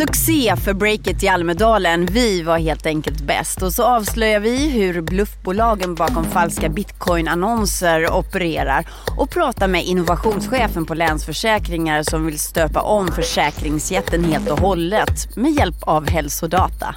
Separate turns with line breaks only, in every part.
Succé för breaket i Almedalen. Vi var helt enkelt bäst. Och så avslöjar vi hur bluffbolagen bakom falska bitcoin-annonser opererar. Och pratar med innovationschefen på Länsförsäkringar som vill stöpa om försäkringsjätten helt och hållet med hjälp av hälsodata.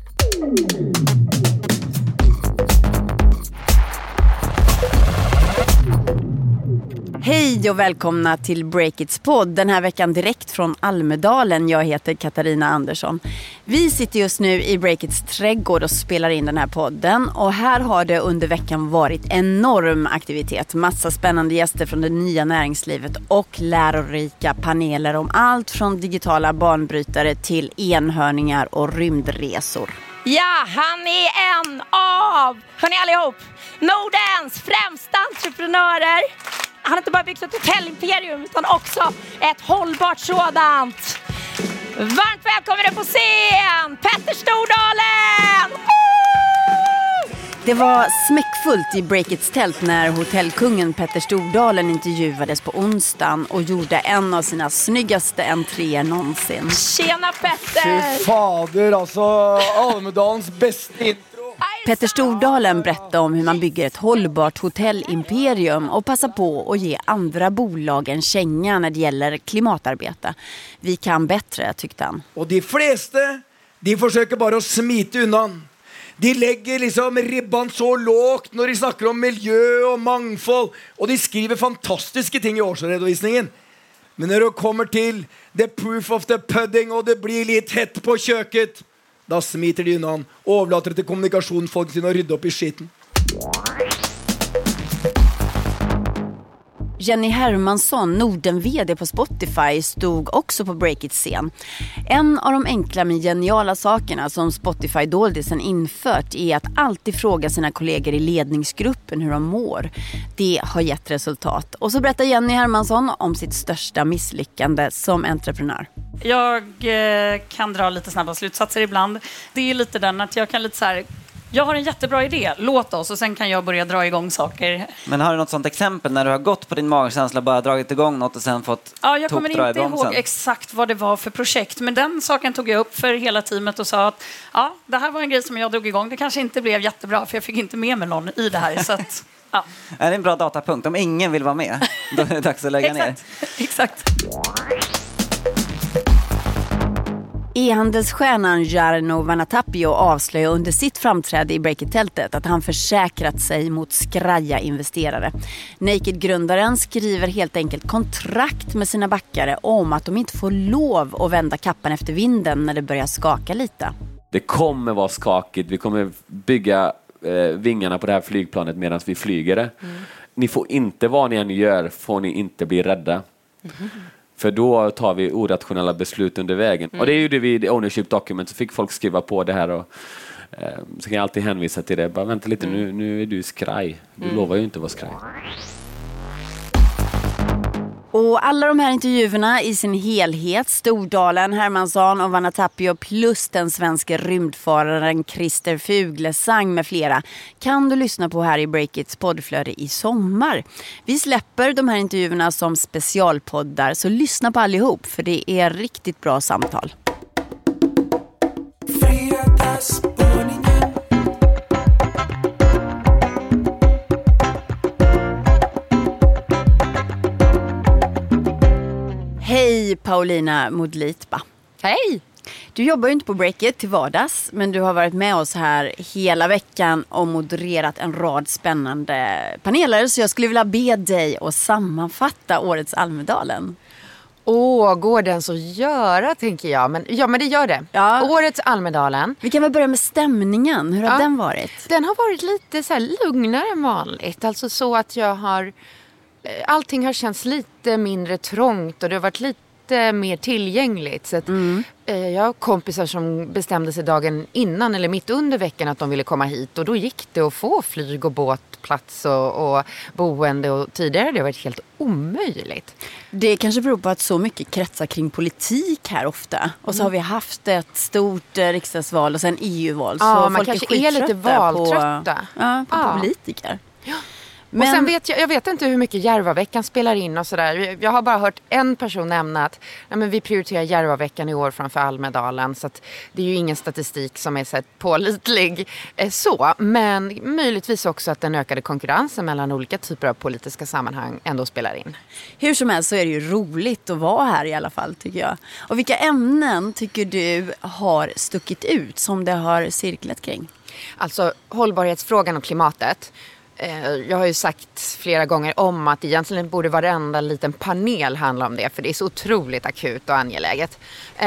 Hej och välkomna till Breakits podd. Den här veckan direkt från Almedalen. Jag heter Katarina Andersson. Vi sitter just nu i Breakits trädgård och spelar in den här podden. Och här har det under veckan varit enorm aktivitet. Massa spännande gäster från det nya näringslivet och lärorika paneler om allt från digitala banbrytare till enhörningar och rymdresor.
Ja, han är en av, hörni allihop, Nordens främsta entreprenörer. Han har inte bara byggt ett hotellimperium utan också ett hållbart sådant. Varmt välkommen upp på scen, Petter Stordalen!
Det var smäckfullt i Breakits tält när hotellkungen Petter Stordalen intervjuades på onsdagen och gjorde en av sina snyggaste entréer någonsin.
Tjena Petter!
Fy fader, alltså Almedalens bästa intro.
Petter Stordalen berättade om hur man bygger ett hållbart hotellimperium och passar på att ge andra bolag en känga när det gäller klimatarbete. Vi kan bättre, tyckte han.
Och de flesta, de försöker bara att smita undan. De lägger liksom ribban så lågt när de snackar om miljö och mångfald. Och de skriver fantastiska ting i årsredovisningen. Men när det kommer till the proof of the pudding och det blir lite hett på köket, då smiter de undan och överlåter till kommunikationsfolk sin att rydda upp i skiten.
Jenny Hermansson, Norden-vd på Spotify, stod också på Breakits scen. En av de enkla men geniala sakerna som Spotify doldisen infört är att alltid fråga sina kollegor i ledningsgruppen hur de mår. Det har gett resultat. Och så berättar Jenny Hermansson om sitt största misslyckande som entreprenör.
Jag kan dra lite snabba slutsatser ibland. Det är lite den att jag kan lite så här... Jag har en jättebra idé, låt oss, och sen kan jag börja dra igång saker.
Men har du något sånt exempel när du har gått på din magkänsla, bara dragit igång något och sen fått
jag kommer
dra
inte ihåg exakt vad det var för projekt, men den saken tog jag upp för hela teamet och sa att det här var en grej som jag drog igång. Det kanske inte blev jättebra för jag fick inte med mig någon i det här. Så att,
Är det en bra datapunkt? Om ingen vill vara med, då är det dags att lägga ner.
Exakt.
E-handelsstjärnan Jarno Vanhatapio avslöjar under sitt framträde i Breakit-tältet att han försäkrat sig mot skraja investerare. Naked-grundaren skriver helt enkelt kontrakt med sina backare om att de inte får lov att vända kappan efter vinden när det börjar skaka lite.
Det kommer vara skakigt. Vi kommer bygga vingarna på det här flygplanet medan vi flyger det. Ni får inte, vad ni än gör, får ni inte bli rädda. För då tar vi orationella beslut under vägen. Och det är ju det vid ownership document, så fick folk skriva på det här och så kan jag alltid hänvisa till det. Bara vänta lite, nu är du skraj. Du lovar ju inte att vara skraj.
Och alla de här intervjuerna i sin helhet, Stordalen, Hermansson och Vanhatapio plus den svenska rymdfararen Christer Fuglesang med flera, kan du lyssna på här i Breakits poddflöde i sommar. Vi släpper de här intervjuerna som specialpoddar, så lyssna på allihop för det är riktigt bra samtal. Hej Paulina Modlitba.
Hej!
Du jobbar ju inte på Breakit till vardags, men du har varit med oss här hela veckan och modererat en rad spännande paneler. Så jag skulle vilja be dig att sammanfatta årets Almedalen.
Går den så göra, tänker jag. Men det gör det. Ja. Årets Almedalen.
Vi kan väl börja med stämningen. Hur har den varit?
Den har varit lite så här lugnare än vanligt. Alltså så att allting har känts lite mindre trångt och det har varit lite mer tillgängligt. Så att jag har kompisar som bestämde sig dagen innan eller mitt under veckan att de ville komma hit. Och då gick det att få flyg och båtplats och boende. Och tidigare det har varit helt omöjligt.
Det kanske beror på att så mycket kretsar kring politik här ofta. Och så har vi haft ett stort riksdagsval och sen EU-val.
Ja,
så
man
folk
kanske är lite valtrötta.
på politiker.
Ja. Och sen jag vet inte hur mycket Järvaveckan spelar in och sådär. Jag har bara hört en person nämna att vi prioriterar Järvaveckan i år framför Almedalen. Så att det är ju ingen statistik som är så pålitlig så. Men möjligtvis också att den ökade konkurrensen mellan olika typer av politiska sammanhang ändå spelar in.
Hur som helst så är det ju roligt att vara här i alla fall, tycker jag. Och vilka ämnen tycker du har stuckit ut som det har cirklat kring?
Alltså hållbarhetsfrågan och klimatet. Jag har ju sagt flera gånger om att egentligen borde varenda liten panel handla om det. För det är så otroligt akut och angeläget.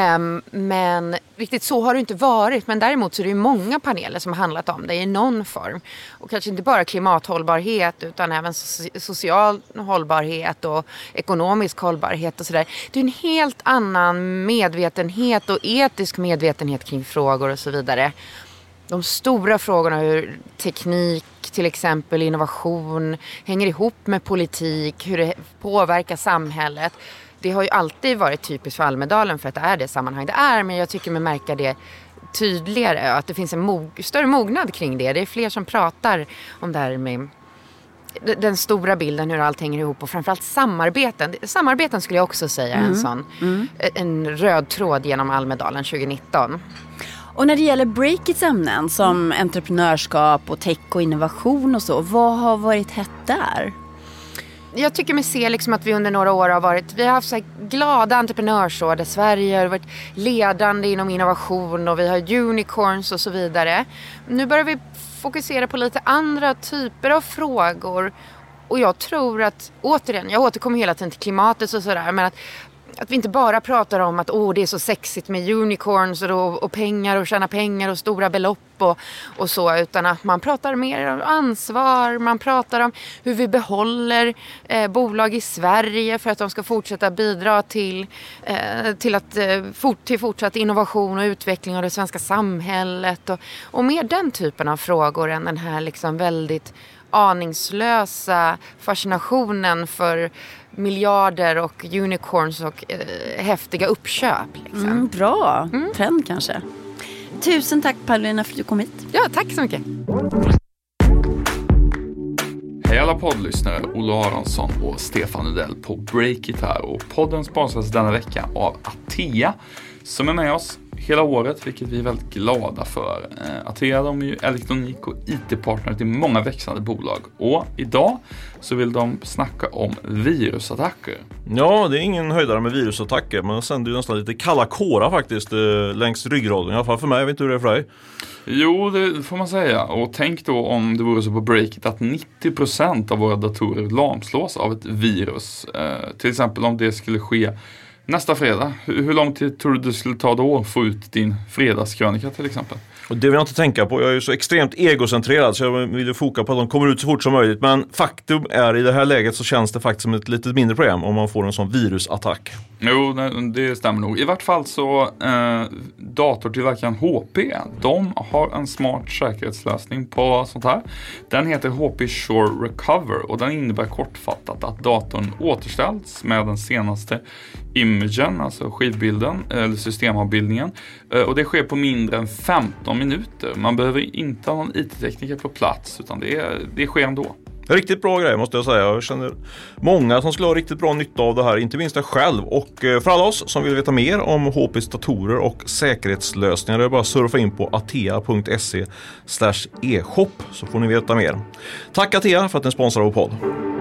Men riktigt så har det inte varit. Men däremot så är det ju många paneler som har handlat om det i någon form. Och kanske inte bara klimathållbarhet utan även social hållbarhet och ekonomisk hållbarhet och sådär. Det är en helt annan medvetenhet och etisk medvetenhet kring frågor och så vidare. De stora frågorna hur teknik, till exempel innovation, hänger ihop med politik, hur det påverkar samhället. Det har ju alltid varit typiskt för Almedalen för att det är det sammanhang det är. Men jag tycker mig märka det tydligare, att det finns en större mognad kring det. Det är fler som pratar om det här med den stora bilden, hur allt hänger ihop och framförallt samarbeten. Samarbeten skulle jag också säga är en röd tråd genom Almedalen 2019.
Och när det gäller Breakits ämnen som entreprenörskap och tech och innovation och så, vad har varit hett där?
Jag tycker mig se liksom att vi under några år vi har haft så här glada entreprenörsår där Sverige har varit ledande inom innovation och vi har unicorns och så vidare. Nu börjar vi fokusera på lite andra typer av frågor och jag tror att, återigen, jag återkommer hela tiden till klimatet och sådär, men att vi inte bara pratar om att det är så sexigt med unicorns och pengar och tjäna pengar och stora belopp och så, utan att man pratar mer om ansvar, man pratar om hur vi behåller bolag i Sverige för att de ska fortsätta bidra till fortsatt innovation och utveckling av det svenska samhället och mer den typen av frågor än den här liksom väldigt aningslösa fascinationen för miljarder och unicorns och häftiga uppköp. Liksom.
Bra trend kanske. Tusen tack Paulina för att du kom hit.
Ja, tack så mycket.
Hej alla poddlyssnare, Olle Aronsson och Stefan Nudell på Breakit här. Och podden sponsras denna vecka av Atea som är med oss hela året, vilket vi är väldigt glada för. Atea, de är ju elektronik- och IT-partner till många växande bolag. Och idag så vill de snacka om virusattacker.
Ja, det är ingen höjdare med virusattacker. Man sänder ju nästan lite kalla kårar faktiskt längs ryggraden. I alla fall för mig, jag vet inte hur det är för dig.
Jo, det får man säga. Och tänk då om det vore så på Breakit att 90% av våra datorer lamslås av ett virus. Till exempel om det skulle ske nästa fredag. Hur lång tid tror du det skulle ta då att få ut din fredagskrönika till exempel?
Och det vill jag inte tänka på. Jag är ju så extremt egocentrerad så jag vill ju foka på att de kommer ut så fort som möjligt. Men faktum är i det här läget så känns det faktiskt som ett lite mindre problem om man får en sån virusattack.
Jo, det stämmer nog. I vart fall så datortillverkaren HP, de har en smart säkerhetslösning på sånt här. Den heter HP Sure Recover och den innebär kortfattat att datorn återställs med den senaste imagen, alltså skivbilden eller systemavbildningen. Och det sker på mindre än 15 minuter. Man behöver inte ha någon IT-tekniker på plats utan det sker ändå.
Riktigt bra grej måste jag säga. Jag känner många som skulle ha riktigt bra nytta av det här, inte minst jag själv. Och för alla oss som vill veta mer om HP:s datorer och säkerhetslösningar är det bara att surfa in på atea.se/e-shop så får ni veta mer. Tack Atea för att ni sponsrar vår podd.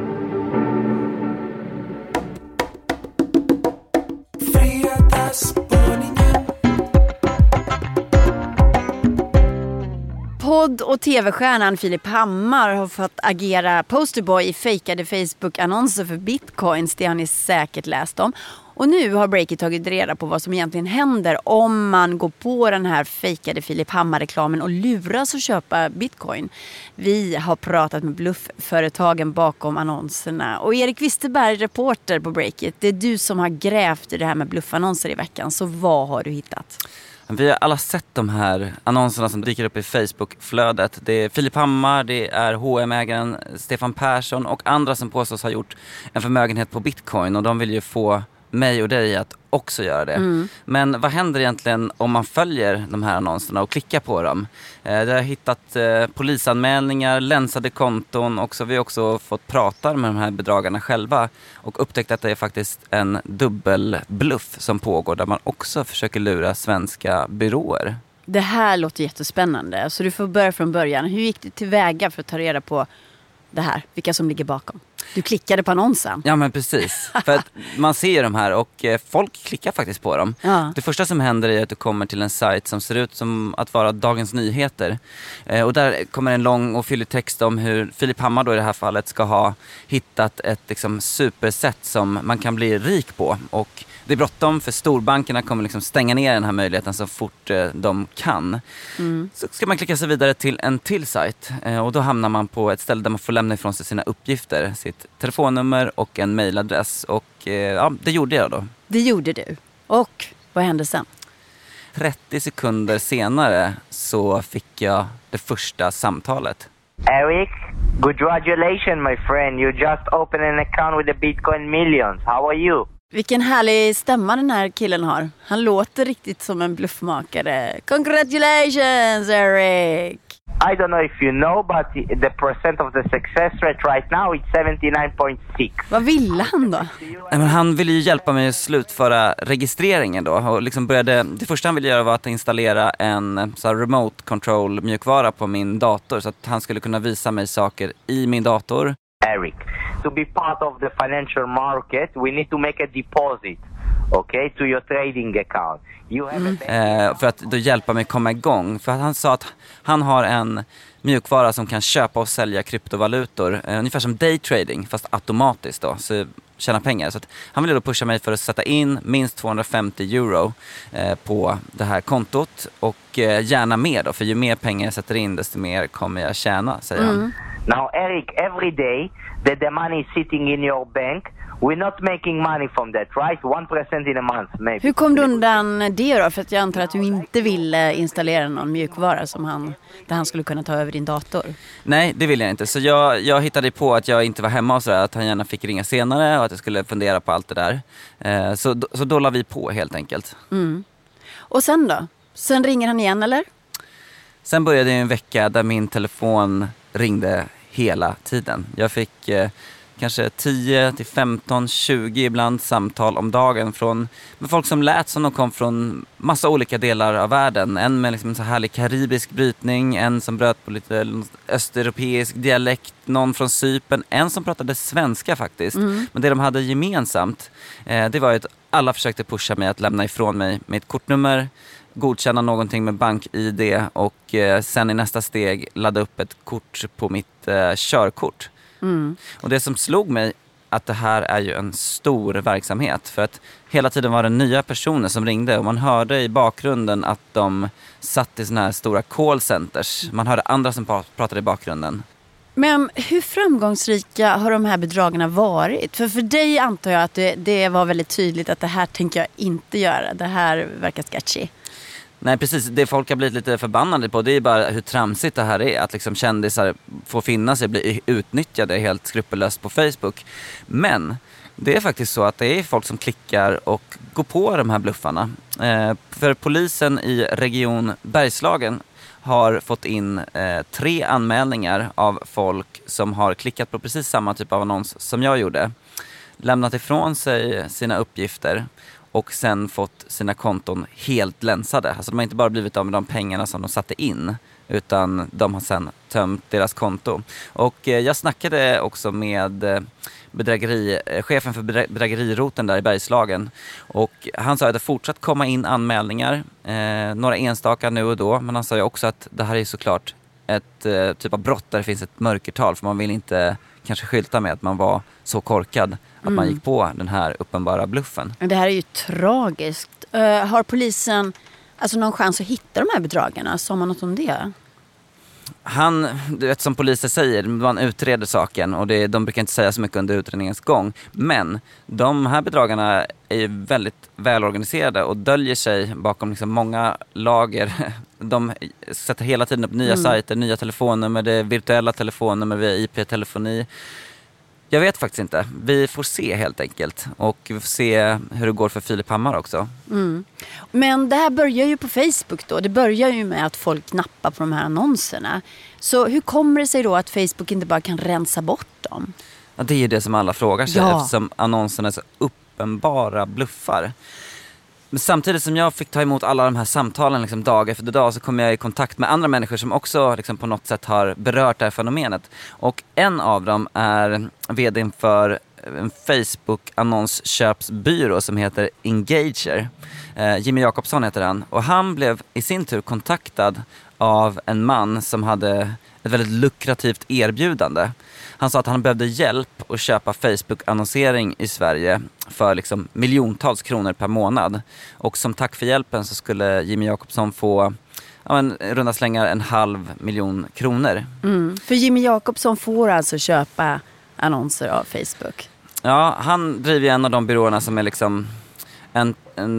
Podd- och tv-stjärnan Filip Hammar har fått agera posterboy i fejkade Facebook-annonser för bitcoins. Det har ni säkert läst om. Och nu har Breakit tagit reda på vad som egentligen händer om man går på den här fejkade Filip Hammar-reklamen och luras att köpa bitcoin. Vi har pratat med bluffföretagen bakom annonserna. Och Erik Wisterberg, reporter på Breakit, det är du som har grävt i det här med bluffannonser i veckan. Så vad har du hittat?
Vi har alla sett de här annonserna som dyker upp i Facebook-flödet. Det är Filip Hammar, det är H&M-ägaren Stefan Persson och andra som påstås ha gjort en förmögenhet på bitcoin. Och de vill ju få mig och dig att också göra det. Men vad händer egentligen om man följer de här annonserna och klickar på dem? Jag har hittat polisanmälningar, länsade konton och så har vi också fått prata med de här bedragarna själva och upptäckt att det är faktiskt en dubbelbluff som pågår där man också försöker lura svenska byråer.
Det här låter jättespännande. Så du får börja från början. Hur gick du tillväga för att ta reda på det här? Vilka som ligger bakom? Du klickade på annonsen.
Ja, men precis. För att man ser de här och folk klickar faktiskt på dem.
Ja.
Det första som händer är att du kommer till en sajt som ser ut som att vara Dagens Nyheter. Och där kommer en lång och fyllig text om hur Filip Hammar då i det här fallet ska ha hittat ett liksom supersätt som man kan bli rik på. Och det är bråttom för storbankerna kommer liksom stänga ner den här möjligheten så fort de kan. Så ska man klicka sig vidare till en till sajt och då hamnar man på ett ställe där man får lämna ifrån sig sina uppgifter, sitt telefonnummer och en mejladress. Och ja, det gjorde jag då.
Det gjorde du. Och vad hände sen?
30 sekunder senare så fick jag det första samtalet.
Eric, congratulations my friend. You just opened an account with the Bitcoin Millions. How are you?
Vilken härlig stämma den här killen har. Han låter riktigt som en bluffmakare. Congratulations, Eric!
I don't know if you know, but the percent of the success rate right now is 79.6.
Vad ville han då?
Men han ville ju hjälpa mig att slutföra registreringen då. Och liksom det första han ville göra var att installera en så här remote control mjukvara på min dator. Så att han skulle kunna visa mig saker i min dator.
Eric, to be part of the financial market, we need to make a deposit, okay, to your trading account. You have
För att då hjälpa mig komma igång. För att han sa att han har en mjukvara som kan köpa och sälja kryptovalutor. Ungefär som daytrading, fast automatiskt då. Så tjäna pengar. Så att han ville då pusha mig för att sätta in minst 250 euro på det här kontot. Och gärna mer då. För ju mer pengar jag sätter in, desto mer kommer jag tjäna, säger han.
Now, Eric, every day that the money is sitting in your bank, we're not making money from that, right? 1% in a month, maybe.
Hur kom du undan det då? För att jag antar att du inte ville installera någon mjukvara där han skulle kunna ta över din dator.
Nej, det ville jag inte. Så jag hittade på att jag inte var hemma och sådär. Att han gärna fick ringa senare och att jag skulle fundera på allt det där. Så då la vi på helt enkelt.
Och sen då? Sen ringer han igen, eller?
Sen började en vecka där min telefon ringde hela tiden. Jag fick kanske 10 till 15, 20 ibland samtal om dagen med folk som lät som de kom från massa olika delar av världen. En med liksom en så härlig karibisk brytning, en som bröt på lite östeuropeisk dialekt, någon från Cypern, en som pratade svenska faktiskt. Men det de hade gemensamt, det var att alla försökte pusha mig att lämna ifrån mig mitt kortnummer, godkänna någonting med bank-ID och sen i nästa steg ladda upp ett kort på mitt körkort. Och det som slog mig att det här är ju en stor verksamhet för att hela tiden var det nya personer som ringde och man hörde i bakgrunden att de satt i såna här stora callcenters. Man hörde andra som pratade i bakgrunden.
Men hur framgångsrika har de här bedragarna varit? För dig antar jag att det var väldigt tydligt att det här tänker jag inte göra. Det här verkar sketchy.
Nej, precis. Det folk har blivit lite förbannade på, det är bara hur tramsigt det här är. Att liksom kändisar får finna sig, bli utnyttjade helt skrupellöst på Facebook. Men det är faktiskt så att det är folk som klickar och går på de här bluffarna. För polisen i region Bergslagen har fått in 3 anmälningar av folk som har klickat på precis samma typ av annons som jag gjorde. Lämnat ifrån sig sina uppgifter och sen fått sina konton helt länsade. Alltså de har inte bara blivit av med de pengarna som de satte in, utan de har sen tömt deras konto. Och jag snackade också med chefen för bedrägeriroten där i Bergslagen. Och han sa att det fortsatt komma in anmälningar, några enstaka nu och då. Men han sa ju också att det här är såklart ett typ av brott där det finns ett mörkertal. För man vill inte kanske skylta med att man var så korkad att man gick på den här uppenbara bluffen.
Det här är ju tragiskt. Har polisen alltså någon chans att hitta de här bedragarna? Sa man något om det?
Du vet som poliser säger, man utreder saken och de brukar inte säga så mycket under utredningens gång. Men de här bedragarna är ju väldigt välorganiserade och döljer sig bakom liksom många lager. De sätter hela tiden upp nya sajter, nya telefonnummer, det är virtuella telefonnummer via IP-telefoni. Jag vet faktiskt inte. Vi får se helt enkelt. Och vi får se hur det går för Filip Hammar också.
Men det här börjar ju på Facebook då. Det börjar ju med att folk nappar på de här annonserna. Så hur kommer det sig då att Facebook inte bara kan rensa bort dem?
Ja, det är ju det som alla frågar sig eftersom annonserna är så uppenbara bluffar. Men samtidigt som jag fick ta emot alla de här samtalen liksom dag efter dag så kom jag i kontakt med andra människor som också liksom på något sätt har berört det här fenomenet. Och en av dem är vdn för en Facebook-annonsköpsbyrå som heter Engager. Jimmy Jakobsson heter han. Och han blev i sin tur kontaktad av en man som hade ett väldigt lukrativt erbjudande. Han sa att han behövde hjälp att köpa Facebook-annonsering i Sverige för liksom miljontals kronor per månad. Och som tack för hjälpen så skulle Jimmy Jakobsson få runda slängar 500 000 kronor.
För Jimmy Jakobsson får alltså köpa annonser av Facebook.
Ja, han driver en av de byråerna som är liksom en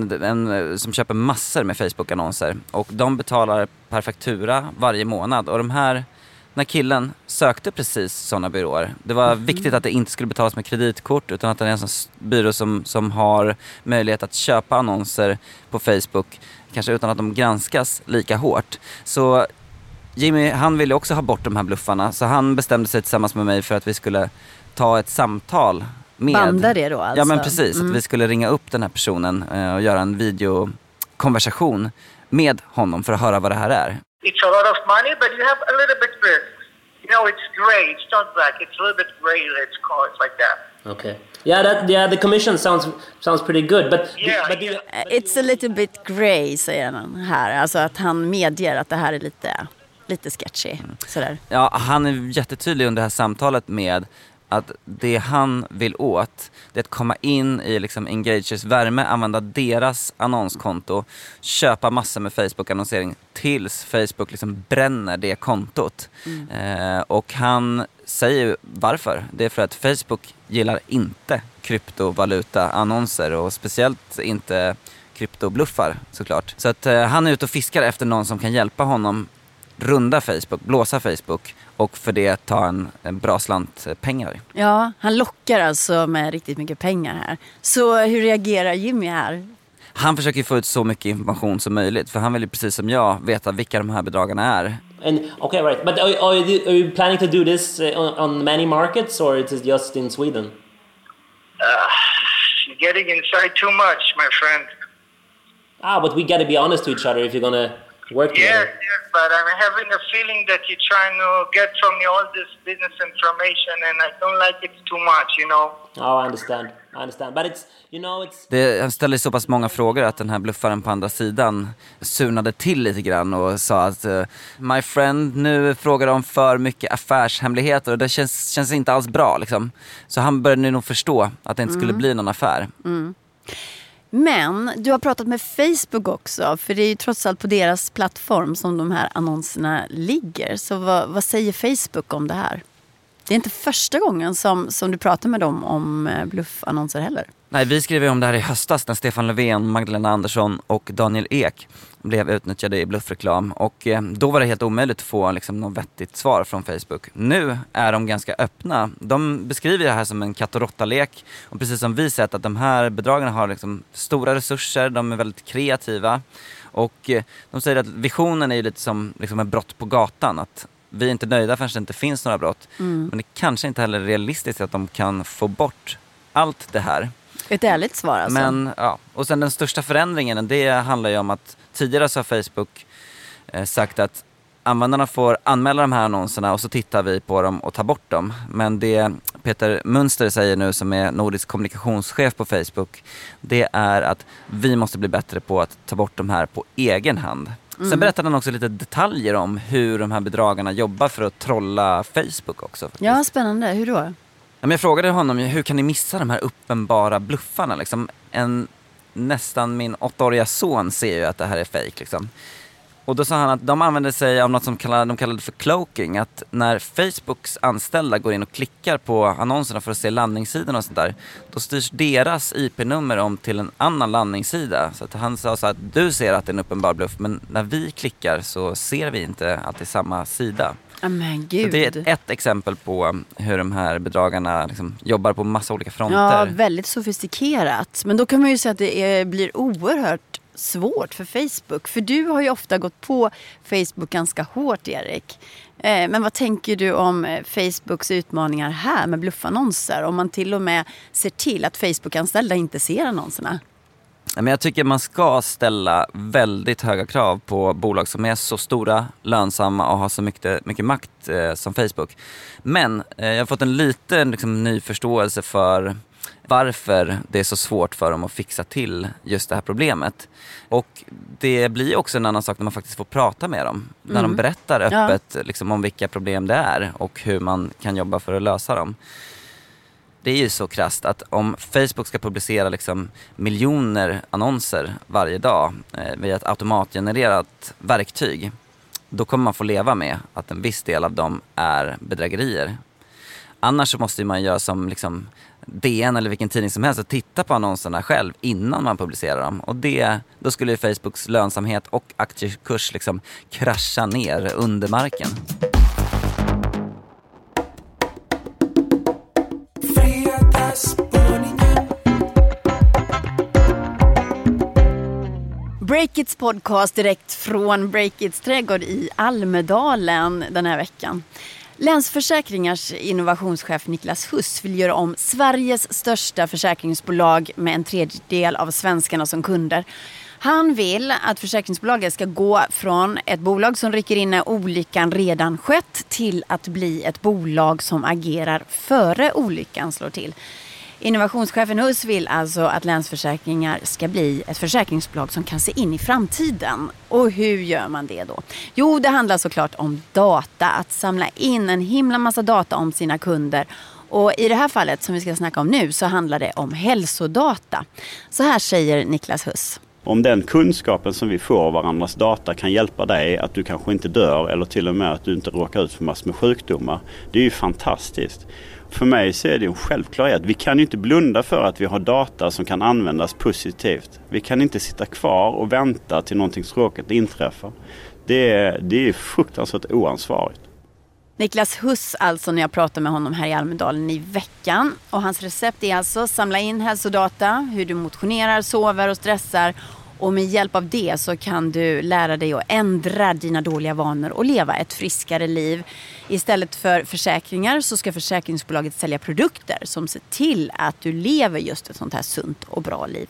som köper massor med Facebook-annonser. Och de betalar per faktura varje månad. Och de här, när killen sökte precis sådana byråer. Det var viktigt att det inte skulle betalas med kreditkort utan att det är en sån byrå som har möjlighet att köpa annonser på Facebook. Kanske utan att de granskas lika hårt. Så Jimmy, han ville också ha bort de här bluffarna. Så han bestämde sig tillsammans med mig för att vi skulle ta ett samtal med...
Banda det då alltså?
Ja men precis, att vi skulle ringa upp den här personen och göra en videokonversation med honom för att höra vad det här är.
It's a lot of money, but you have a little bit risk. You know, it's gray, it's not black, it's a little bit gray, let's call it like that.
Okay. Yeah, the commission sounds pretty good, but
it's a little bit grey, säger han här. Alltså att han medger att det här är lite sketchy. Sådär.
Ja, han är jättetydlig under det här samtalet med att det han vill åt, det är att komma in i liksom Engagers värme, använda deras annonskonto, köpa massor med Facebook-annonsering tills Facebook liksom bränner det kontot. Och han säger varför. Det är för att Facebook gillar inte kryptovaluta-annonser och speciellt inte kryptobluffar såklart. Så att han är ute och fiskar efter någon som kan hjälpa honom runda Facebook, blåsa Facebook och för det ta en bra slant pengar.
Ja, han lockar alltså med riktigt mycket pengar här. Så hur reagerar Jimmy här?
Han försöker få ut så mycket information som möjligt för han vill ju precis som jag veta vilka de här bedragarna är.
And okay, right. But are you planning to do this on many markets or it is just in Sweden?
You're getting inside too much, my friend.
But we got to be honest to each other if you're going to work together.
Yes, but I'm having a feeling that you're trying to get from me all this business information and I don't like it too much, you know.
Oh, I understand. But it's, you know, it's...
Det ställer så pass många frågor att den här bluffaren på andra sidan surnade till lite grann och sa att my friend, nu frågar de för mycket affärshemligheter och det känns inte alls bra liksom. Så han började nu nog förstå att det inte skulle bli någon affär.
Men du har pratat med Facebook också, för det är ju trots allt på deras plattform som de här annonserna ligger. Så vad säger Facebook om det här? Det är inte första gången som du pratar med dem om bluffannonser heller.
Nej, vi skrev ju om det här i höstas när Stefan Löfven, Magdalena Andersson och Daniel Ek blev utnyttjade i bluffreklam. Och då var det helt omöjligt att få liksom något vettigt svar från Facebook. Nu är de ganska öppna. De beskriver det här som en katt- och råttalek. Och precis som vi sett att de här bedragarna har liksom stora resurser, de är väldigt kreativa. Och de säger att visionen är ju lite som liksom ett brott på gatan. Att vi är inte nöjda förrän det inte finns några brott. Men det kanske inte heller är realistiskt att de kan få bort allt det här.
Ett ärligt svar alltså.
Men, ja. Och sen den största förändringen, det handlar ju om att tidigare så har Facebook sagt att användarna får anmäla de här annonserna och så tittar vi på dem och tar bort dem. Men det Peter Münster säger nu som är nordisk kommunikationschef på Facebook, det är att vi måste bli bättre på att ta bort de här på egen hand. Sen berättar han också lite detaljer om hur de här bedragarna jobbar för att trolla Facebook också. Faktiskt.
Ja, spännande. Hur då?
Men jag frågade honom, hur kan ni missa de här uppenbara bluffarna? Liksom, nästan min 8-åriga son ser ju att det här är fake. Liksom. Och då sa han att de använder sig av något som de kallade för cloaking. Att när Facebooks anställda går in och klickar på annonserna för att se landningssidan och sånt där, då styrs deras IP-nummer om till en annan landningssida. Så att han sa så att du ser att det är en uppenbar bluff, men när vi klickar så ser vi inte att det är samma sida.
Men gud.
Så det är ett exempel på hur de här bedragarna liksom jobbar på massa olika fronter.
Ja, väldigt sofistikerat. Men då kan man ju säga att det blir oerhört svårt för Facebook. För du har ju ofta gått på Facebook ganska hårt, Erik. Men vad tänker du om Facebooks utmaningar här med bluffannonser? Om man till och med ser till att Facebook-anställda inte ser annonserna?
Men jag tycker man ska ställa väldigt höga krav på bolag som är så stora, lönsamma och har så mycket makt som Facebook. Men jag har fått en liten ny förståelse för varför det är så svårt för dem att fixa till just det här problemet. Och det blir också en annan sak när man faktiskt får prata med dem. När de berättar öppet om vilka problem det är och hur man kan jobba för att lösa dem. Det är ju så krasst att om Facebook ska publicera miljoner annonser varje dag via ett automatgenererat verktyg, då kommer man få leva med att en viss del av dem är bedrägerier. Annars så måste man göra som DN eller vilken tidning som helst och titta på annonserna själv innan man publicerar dem. Och då skulle ju Facebooks lönsamhet och aktiekurs krascha ner under marken.
Breakits podcast direkt från Breakits trädgård i Almedalen den här veckan. Länsförsäkringars innovationschef Niklas Huss vill göra om Sveriges största försäkringsbolag med en tredjedel av svenskarna som kunder. Han vill att försäkringsbolaget ska gå från ett bolag som rycker in när olyckan redan skett till att bli ett bolag som agerar före olyckan slår till. Innovationschefen Huss vill alltså att Länsförsäkringar ska bli ett försäkringsbolag som kan se in i framtiden. Och hur gör man det då? Jo, det handlar såklart om data. Att samla in en himla massa data om sina kunder. Och i det här fallet som vi ska snacka om nu så handlar det om hälsodata. Så här säger Niklas Huss.
Om den kunskapen som vi får av varandras data kan hjälpa dig att du kanske inte dör eller till och med att du inte råkar ut för massor med sjukdomar. Det är ju fantastiskt. För mig så är det en självklarhet. Vi kan ju inte blunda för att vi har data som kan användas positivt. Vi kan inte sitta kvar och vänta till någonting tråkigt inträffar. Det är fruktansvärt oansvarigt.
Niklas Huss alltså när jag pratar med honom här i Almedalen i veckan. Och hans recept är alltså samla in hälsodata, hur du motionerar, sover och stressar. Och med hjälp av det så kan du lära dig att ändra dina dåliga vanor och leva ett friskare liv. Istället för försäkringar så ska försäkringsbolaget sälja produkter som ser till att du lever just ett sånt här sunt och bra liv.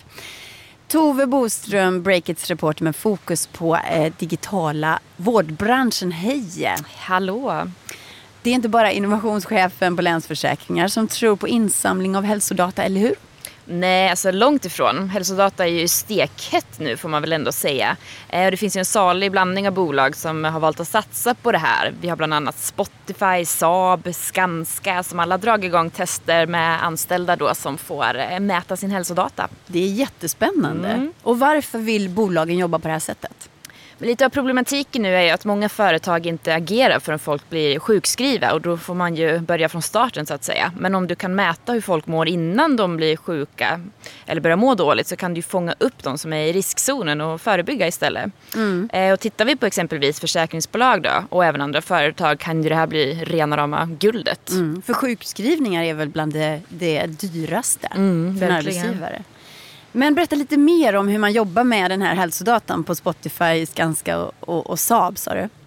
Tove Boström, Breakits reporter med fokus på digitala vårdbranschen. Hej!
Hallå!
Det är inte bara innovationschefen på Länsförsäkringar som tror på insamling av hälsodata, eller hur?
Nej, alltså långt ifrån. Hälsodata är ju stekhett nu får man väl ändå säga. Och det finns ju en salig blandning av bolag som har valt att satsa på det här. Vi har bland annat Spotify, Saab, Skanska som alla dragit igång tester med anställda då som får mäta sin hälsodata.
Det är jättespännande. Och varför vill bolagen jobba på det här sättet?
Men lite av problematiken nu är ju att många företag inte agerar förrän folk blir sjukskrivna och då får man ju börja från starten så att säga. Men om du kan mäta hur folk mår innan de blir sjuka eller börjar må dåligt så kan du fånga upp de som är i riskzonen och förebygga istället. Och tittar vi på exempelvis försäkringsbolag då och även andra företag kan ju det här bli rena rama guldet.
För sjukskrivningar är väl bland det dyraste för en arbetsgivare. Men berätta lite mer om hur man jobbar med den här hälsodatan på Spotify, Skanska och Saab, sa du?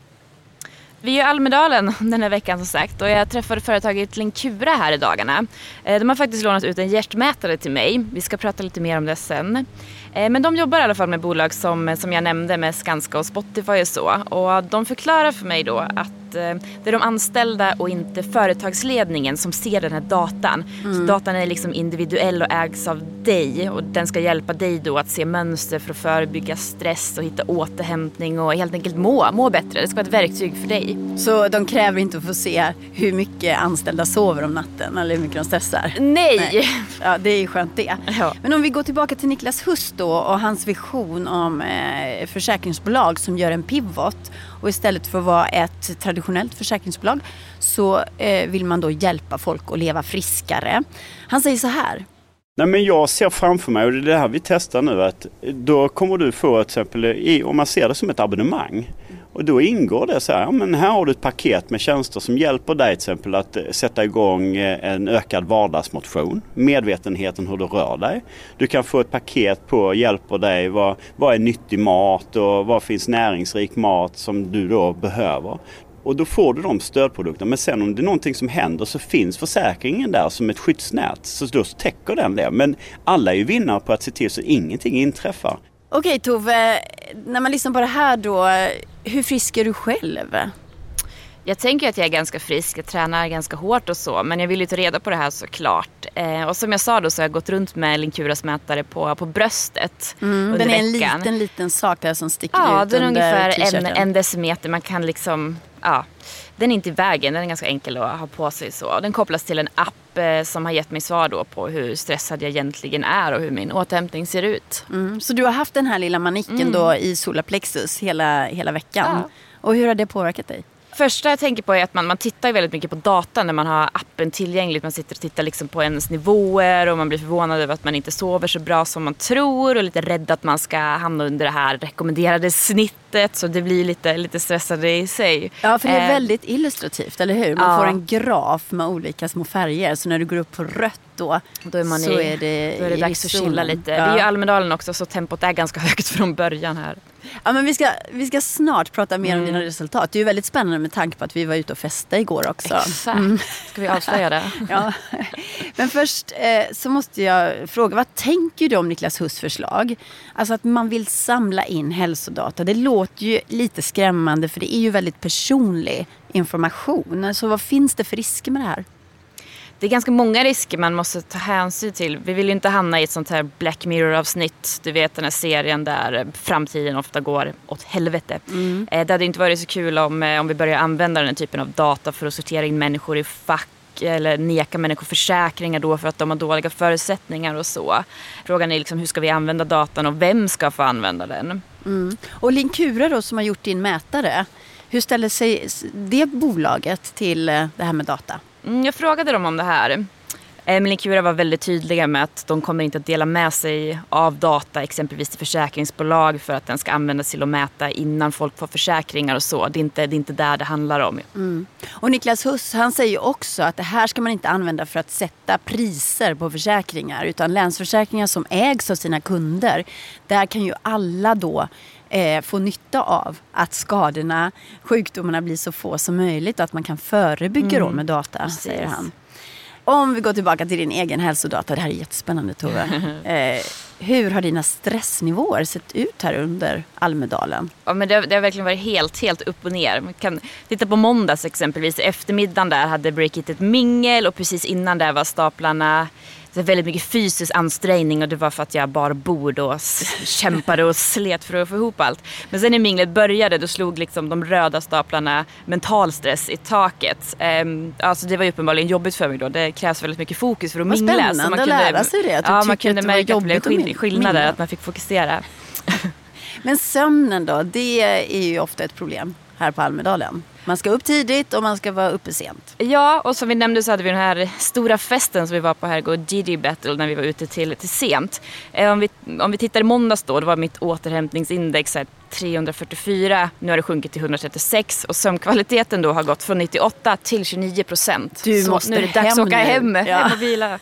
Vi är i Almedalen den här veckan som sagt och jag träffade företaget Linkura här i dagarna. De har faktiskt lånat ut en hjärtmätare till mig. Vi ska prata lite mer om det sen. Men de jobbar i alla fall med bolag som jag nämnde med Skanska och Spotify och så. Och de förklarar för mig då att det är de anställda och inte företagsledningen som ser den här datan. Så datan är liksom individuell och ägs av dig och den ska hjälpa dig då att se mönster för att förebygga stress och hitta återhämtning och helt enkelt må bättre. Det ska vara ett verktyg för dig.
Så de kräver inte att få se hur mycket anställda sover om natten eller hur mycket de stressar?
Nej.
Ja, det är ju skönt det.
Ja.
Men om vi går tillbaka till Niklas Huss då och hans vision om försäkringsbolag som gör en pivot och istället för att vara ett traditionellt försäkringsbolag så vill man då hjälpa folk att leva friskare. Han säger så här.
Nej, men jag ser framför mig, och det är det här vi testar nu, att då kommer du få till exempel, om man ser det som ett abonnemang. Och då ingår det så här, men här har du ett paket med tjänster som hjälper dig till exempel att sätta igång en ökad vardagsmotion, medvetenheten hur du rör dig. Du kan få ett paket på hjälper dig, vad är nyttig mat och vad finns näringsrik mat som du då behöver. Och då får du de stödprodukterna. Men sen om det är någonting som händer så finns försäkringen där som ett skyddsnät. Så då täcker den det. Men alla är ju vinnare på att se till så ingenting inträffar.
Okej Tove, när man lyssnar på det här då, hur frisk är du själv?
Jag tänker att jag är ganska frisk, jag tränar ganska hårt och så, men jag vill ju ta reda på det här såklart. Och som jag sa då så har jag gått runt med Lincuras mätare på bröstet under
den är
veckan.
en liten sak där som sticker ut
Ja,
under
den är ungefär
t-shirten.
en decimeter. Man kan liksom, den är inte i vägen, den är ganska enkel att ha på sig så. Den kopplas till en app som har gett mig svar då på hur stressad jag egentligen är och hur min återhämtning ser ut.
Så du har haft den här lilla manicken då i solarplexus hela veckan.
Ja.
Och hur har det påverkat dig?
Första jag tänker på är att man tittar ju väldigt mycket på datan när man har appen tillgängligt. Man sitter och tittar liksom på ens nivåer och man blir förvånad över att man inte sover så bra som man tror och lite rädd att man ska hamna under det här rekommenderade snittet, så det blir lite stressande i sig.
Ja, för det är väldigt illustrativt, eller hur? Man
Ja.
får en graf med olika små färger, så när du går upp på rött då
är man
så är det
dags att chilla lite.
Ja.
Det är ju Almedalen också, så tempot är ganska högt från början här.
Ja, men vi ska snart prata mer om dina resultat. Det är ju väldigt spännande med tanke på att vi var ute och festade igår också.
Exakt. Ska vi avslöja det?
Ja. Men först så måste jag fråga, vad tänker du om Niklas Huss förslag? Alltså att man vill samla in hälsodata. Det låter ju lite skrämmande, för det är ju väldigt personlig information. Så vad finns det för risker med det här?
Det är ganska många risker man måste ta hänsyn till. Vi vill ju inte hamna i ett sånt här Black Mirror-avsnitt. Du vet den här serien där framtiden ofta går åt helvete. Det hade inte varit så kul om vi börjar använda den typen av data för att sortera in människor i fack eller neka människor försäkringar då för att de har dåliga förutsättningar och så. Frågan är liksom, hur ska vi använda datan och vem ska få använda den?
Och Lincura då, som har gjort din mätare, hur ställer sig det bolaget till det här med data?
Jag frågade dem om det här. Lincura var väldigt tydliga med att de kommer inte att dela med sig av data exempelvis till försäkringsbolag för att den ska användas till att mäta innan folk får försäkringar och så. Det är inte där det handlar om.
Och Niklas Huss, han säger ju också att det här ska man inte använda för att sätta priser på försäkringar, utan Länsförsäkringar som ägs av sina kunder, där kan ju alla då få nytta av att skadorna, sjukdomarna blir så få som möjligt och att man kan förebygga då med data,
Precis.
säger han. Om vi går tillbaka till din egen hälsodata, det här är jättespännande Tove. Hur har dina stressnivåer sett ut här under Almedalen?
Ja, men det har verkligen varit helt upp och ner. Man kan titta på måndags exempelvis. Eftermiddagen där hade Breakit ett mingel och precis innan där var staplarna väldigt mycket fysisk ansträngning, och det var för att jag bara bord och kämpade och slet för att få ihop allt. Men sen när minglet började, då slog liksom de röda staplarna mental stress i taket. Alltså det var ju uppenbarligen jobbigt för mig då. Det krävs väldigt mycket fokus för att mingla.
Spännande
så man
att lära sig det.
Ja, man kunde
att det var
märka att det blev
jobbigt att
skillnader,
mingla.
att man fick fokusera.
Men sömnen då, det är ju ofta ett problem här på Almedalen. Man ska upp tidigt och man ska vara uppe sent.
Ja, och som vi nämnde så hade vi den här stora festen som vi var på här, GD Battle, när vi var ute till sent. Om vi tittar i måndags då var mitt återhämtningsindex 344, nu har det sjunkit till 136 och sömnkvaliteten då har gått från 98 till 29%.
Du
så
måste
nu är det dags att åka hem
Ja.
och vila.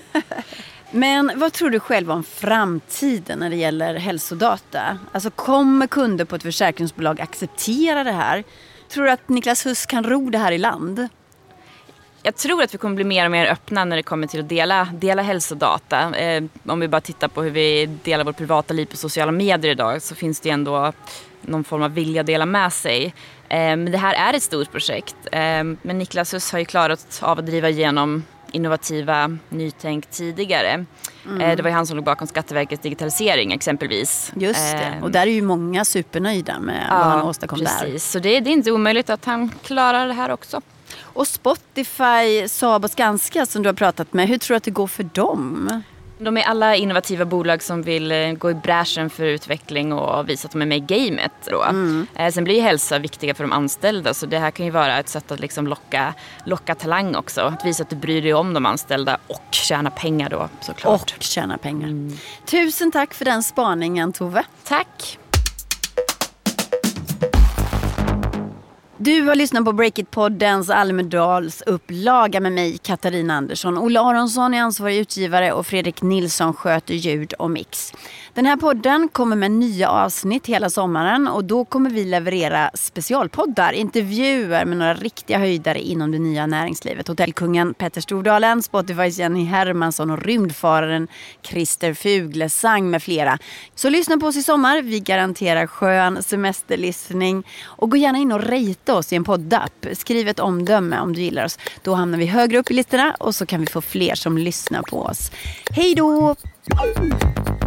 Men vad tror du själv om framtiden när det gäller hälsodata? Alltså kommer kunder på ett försäkringsbolag acceptera det här? Tror du att Niklas Huss kan ro det här i land?
Jag tror att vi kommer bli mer och mer öppna när det kommer till att dela hälsodata. Om vi bara tittar på hur vi delar vårt privata liv på sociala medier idag, så finns det ändå någon form av vilja att dela med sig. Men det här är ett stort projekt. Men Niklas Huss har ju klarat av att driva igenom innovativa nytänk tidigare. Det var ju han som låg bakom Skatteverkets digitalisering exempelvis.
Just det, och där är ju många supernöjda med vad han åstadkom
precis.
där.
Så det är inte omöjligt att han klarar det här också.
Och Spotify, Saab och Skanska som du har pratat med, hur tror du att det går för dem?
De är alla innovativa bolag som vill gå i bräschen för utveckling och visa att de är med i gamet. Då. Sen blir ju hälsa viktiga för de anställda, så det här kan ju vara ett sätt att liksom locka talang också. Att visa att du bryr dig om de anställda och tjäna pengar då, såklart.
Och tjäna pengar. Tusen tack för den spaningen, Tove.
Tack!
Du har lyssnat på Breakit-poddens Almedalsupplaga med mig, Katarina Andersson. Olle Aronsson är ansvarig utgivare och Fredrik Nilsson sköter ljud och mix. Den här podden kommer med nya avsnitt hela sommaren och då kommer vi leverera specialpoddar, intervjuer med några riktiga höjdare inom det nya näringslivet. Hotellkungen Petter Stordalen, Spotifys Jenny Hermansson och rymdfararen Christer Fuglesang med flera. Så lyssna på oss i sommar, vi garanterar skön semesterlyssning och gå gärna in och rejta oss i en poddapp. Skriv ett omdöme om du gillar oss. Då hamnar vi högre upp i listorna och så kan vi få fler som lyssnar på oss. Hej då!